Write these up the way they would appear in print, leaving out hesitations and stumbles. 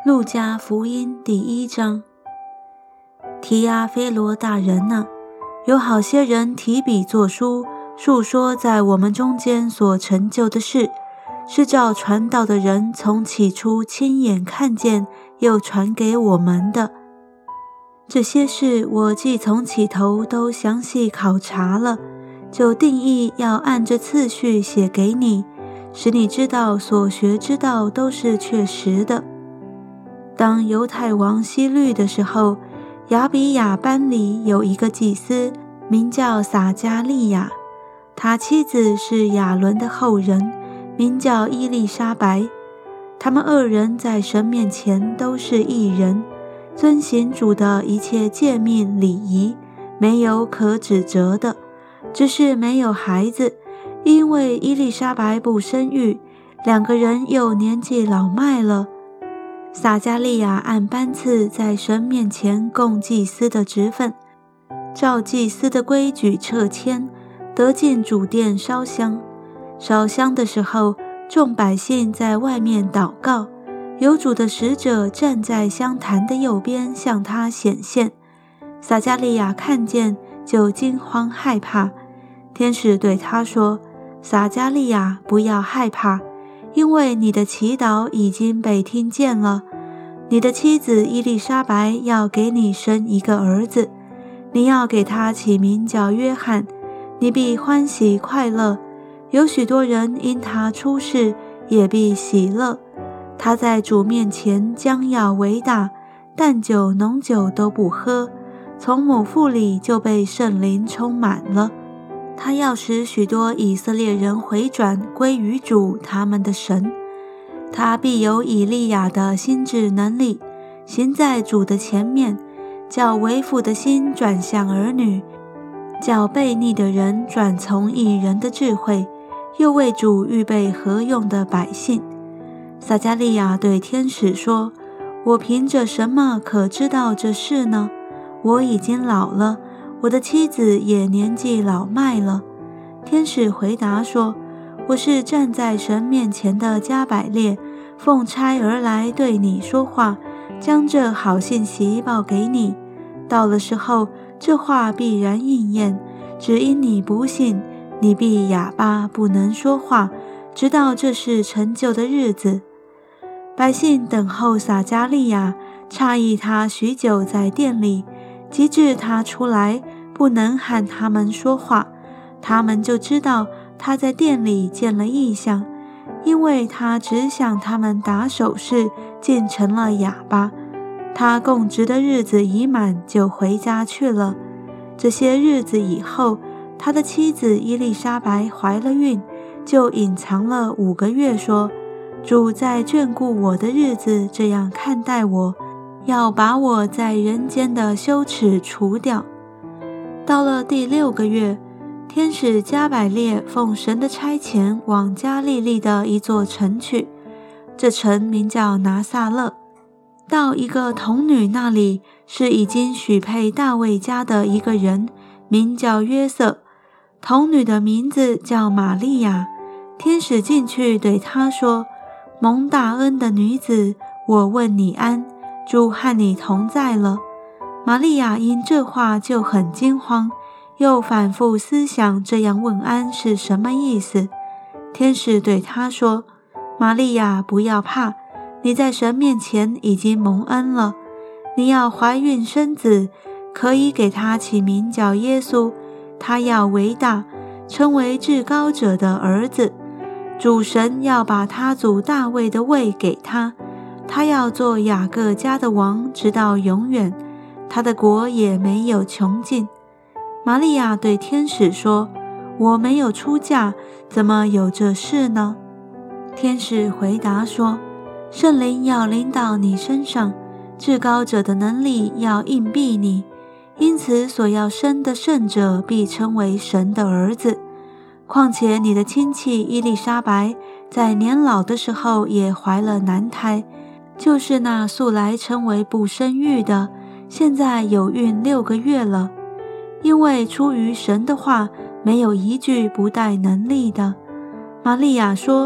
路加福音第1章。提阿非罗大人啊，有好些人提笔作书，述说在我们中间所成就的事，是照传道的人从起初亲眼看见，又传给我们的。这些事我既从起头都详细考察了，就定义要按着次序写给你，使你知道所学之道都是确实的。当犹太王希律的时候，亚比雅班里有一个祭司，名叫撒迦利亚，他妻子是亚伦的后人，名叫伊丽莎白。他们二人在神面前都是义人，遵行主的一切诫命礼仪，没有可指责的，只是没有孩子，因为伊丽莎白不生育，两个人又年纪老迈了。撒迦利亚按班次在神面前供祭司的职分，照祭司的规矩撤迁，得进主殿烧香。烧香的时候，众百姓在外面祷告，有主的使者站在香坛的右边向他显现。撒迦利亚看见，就惊慌害怕。天使对他说：撒迦利亚，不要害怕，因为你的祈祷已经被听见了。你的妻子伊丽莎白要给你生一个儿子，你要给他起名叫约翰，你必欢喜快乐。有许多人因他出世，也必喜乐。他在主面前将要为大，淡酒浓酒都不喝，从母腹里就被圣灵充满了。他要使许多以色列人回转归于主他们的神。他必有以利亚的心智能力，行在主的前面，叫为父的心转向儿女，叫悖逆的人转从义人的智慧，又为主预备合用的百姓。撒迦利亚对天使说：我凭着什么可知道这事呢？我已经老了，我的妻子也年纪老迈了。天使回答说：我是站在神面前的加百列，奉差而来对你说话，将这好信息报给你。到了时候，这话必然应验，只因你不信，你必哑巴不能说话，直到这事成就的日子。百姓等候撒迦利亚，诧异他许久在殿里，及至他出来，不能和他们说话，他们就知道他在殿里见了异象，因为他只向他们打手势，竟成了哑巴。他供职的日子已满，就回家去了。这些日子以后，他的妻子伊丽莎白怀了孕，就隐藏了5个月，说：主在眷顾我的日子这样看待我，要把我在人间的羞耻除掉。到了第6个月，天使加百列奉神的差遣往加利利的一座城去，这城名叫拿撒勒。到一个童女那里，是已经许配大卫家的一个人，名叫约瑟。童女的名字叫玛利亚。天使进去对她说：蒙大恩的女子，我问你安，主和你同在了。玛利亚因这话就很惊慌，又反复思想这样问安是什么意思。天使对她说：玛利亚，不要怕，你在神面前已经蒙恩了，你要怀孕生子，可以给他起名叫耶稣，他要为大，称为至高者的儿子。主神要把他祖大卫的位给他，他要做雅各家的王，直到永远，他的国也没有穷尽。玛利亚对天使说：我没有出嫁，怎么有这事呢？天使回答说：圣灵要临到你身上，至高者的能力要荫庇你，因此所要生的圣者必称为神的儿子。况且你的亲戚伊丽莎白在年老的时候也怀了男胎，就是那素来称为不生育的，现在有孕6个月了。因为出于神的话，没有一句不带能力的。玛利亚说：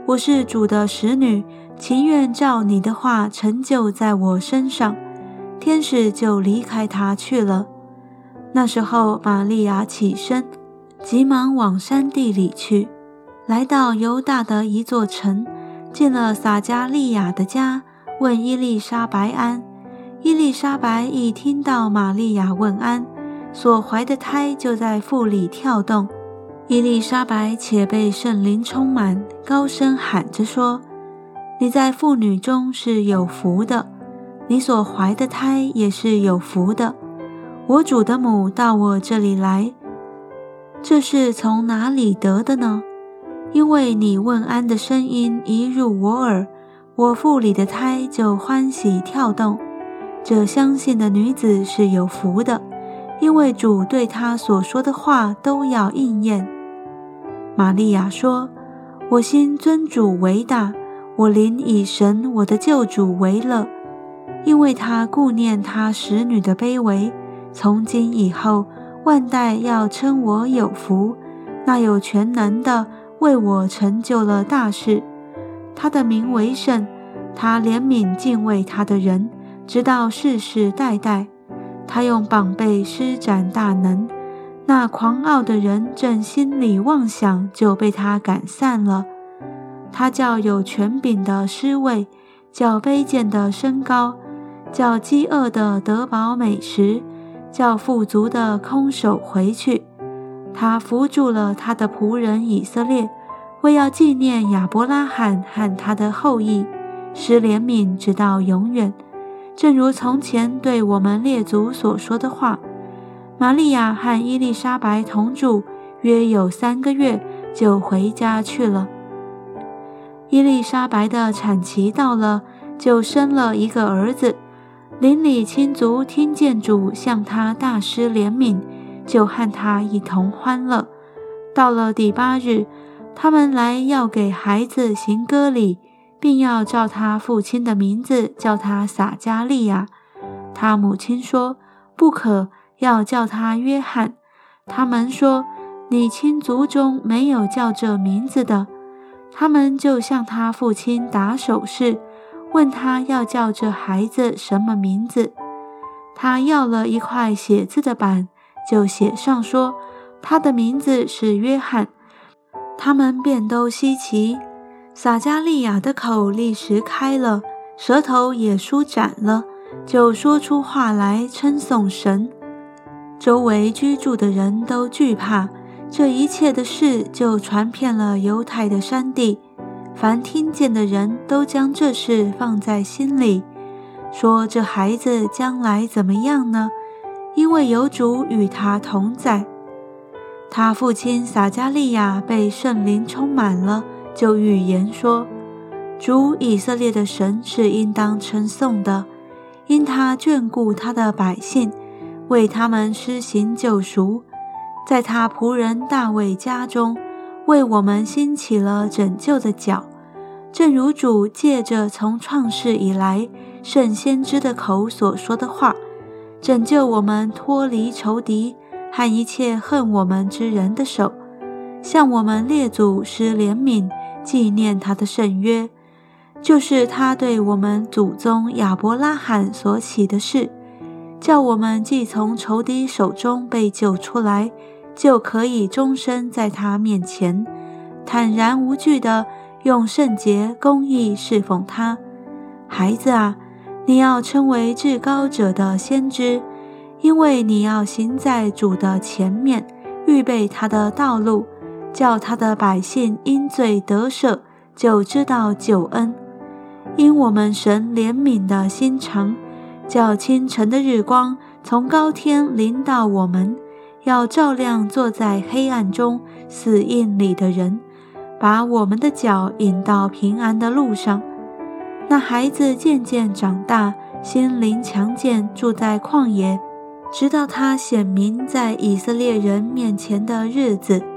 我是主的使女，情愿照你的话成就在我身上。”天使就离开他去了。那时候玛利亚起身，急忙往山地里去，来到犹大的一座城，进了撒迦利亚的家，问伊丽莎白安。伊丽莎白一听到玛利亚问安，所怀的胎就在腹里跳动。伊丽莎白且被圣灵充满，高声喊着说：“你在妇女中是有福的，你所怀的胎也是有福的。我主的母到我这里来，这是从哪里得的呢？因为你问安的声音一入我耳，我腹里的胎就欢喜跳动。这相信的女子是有福的，因为主对她所说的话都要应验。”玛利亚说：“我心尊主为大，我灵以神我的救主为乐，因为他顾念他使女的卑微。从今以后，万代要称我有福。那有全能的为我成就了大事，他的名为圣，他怜悯敬畏他的人，直到世世代代。他用膀臂施展大能，那狂傲的人正心里妄想，就被他赶散了。他叫有权柄的失位，叫卑贱的升高，叫饥饿的得饱美食，叫富足的空手回去。他扶助了他的仆人以色列，为要纪念亚伯拉罕和他的后裔，施怜悯直到永远，正如从前对我们列祖所说的话。”玛利亚和伊丽莎白同住约有3个月，就回家去了。伊丽莎白的产期到了，就生了一个儿子。邻里亲族听见主向他大施怜悯，就和他一同欢乐。到了第8日，他们来要给孩子行割礼，并要照他父亲的名字叫他撒迦利亚。他母亲说：“不可，要叫他约翰。”他们说：“你亲族中没有叫这名字的。”他们就向他父亲打手势，问他要叫这孩子什么名字。他要了一块写字的板，就写上说他的名字是约翰。他们便都稀奇。撒迦利亚的口立时开了，舌头也舒展了，就说出话来，称颂神。周围居住的人都惧怕，这一切的事就传遍了犹太的山地。凡听见的人都将这事放在心里，说这孩子将来怎么样呢？因为有主与他同在。他父亲撒迦利亚被圣灵充满了，就预言说：“主以色列的神是应当称颂的，因他眷顾他的百姓，为他们施行救赎。在他仆人大卫家中，为我们兴起了拯救的脚，正如主借着从创世以来圣先知的口所说的话，拯救我们脱离仇敌和一切恨我们之人的手，向我们列祖施怜悯，纪念他的圣约，就是他对我们祖宗亚伯拉罕所起的事，叫我们既从仇敌手中被救出来，就可以终身在他面前坦然无惧地用圣洁公义侍奉他。孩子啊，你要称为至高者的先知，因为你要行在主的前面，预备他的道路，叫他的百姓因罪得赦，就知道救恩。因我们神怜悯的心肠，叫清晨的日光从高天临到我们，要照亮坐在黑暗中死荫里的人，把我们的脚引到平安的路上。那孩子渐渐长大，心灵强健，住在旷野，直到他显明在以色列人面前的日子。